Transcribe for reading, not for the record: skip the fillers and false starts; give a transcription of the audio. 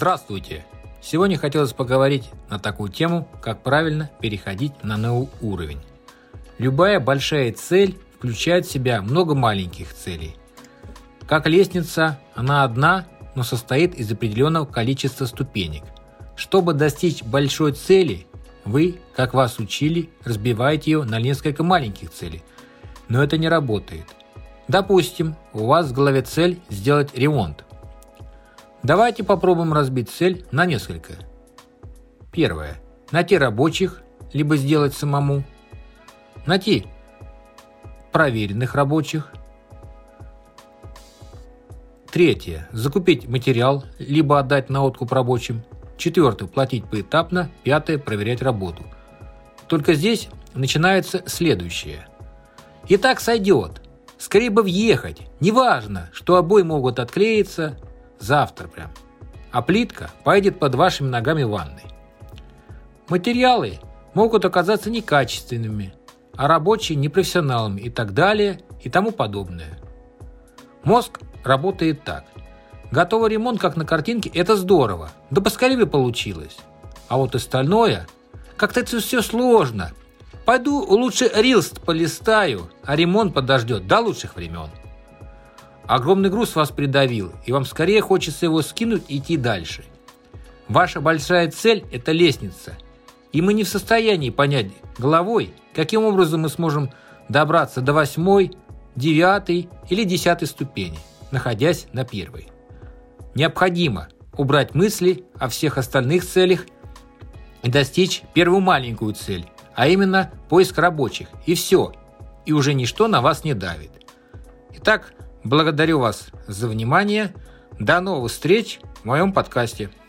Здравствуйте! Сегодня хотелось поговорить на такую тему, как правильно переходить на новый уровень. Любая большая цель включает в себя много маленьких целей. Как лестница, она одна, но состоит из определенного количества ступенек. Чтобы достичь большой цели, вы, как вас учили, разбиваете ее на несколько маленьких целей. Но это не работает. Допустим, у вас в голове цель сделать ремонт. Давайте попробуем разбить цель на несколько. Первое. Найти рабочих, либо сделать самому. Найти проверенных рабочих. Третье. Закупить материал, либо отдать на откуп рабочим. Четвертое. Платить поэтапно. Пятое. Проверять работу. Только здесь начинается следующее. И так сойдет. Скорее бы въехать. Неважно, что обои могут отклеиться завтра прям. А плитка пойдет под вашими ногами в ванной. Материалы могут оказаться некачественными, а рабочие непрофессионалами и так далее и тому подобное. Мозг работает так. Готовый ремонт, как на картинке, это здорово. Да поскорее бы получилось. А вот остальное, как-то это все сложно. Пойду лучше рилс полистаю, а ремонт подождет до лучших времен. Огромный груз вас придавил, и вам скорее хочется его скинуть и идти дальше. Ваша большая цель – это лестница. И мы не в состоянии понять головой, каким образом мы сможем добраться до 8, 9 или 10 ступени, находясь на 1. Необходимо убрать мысли о всех остальных целях и достичь первую маленькую цель, а именно поиск рабочих. И все. И уже ничто на вас не давит. Итак, благодарю вас за внимание. До новых встреч в моем подкасте.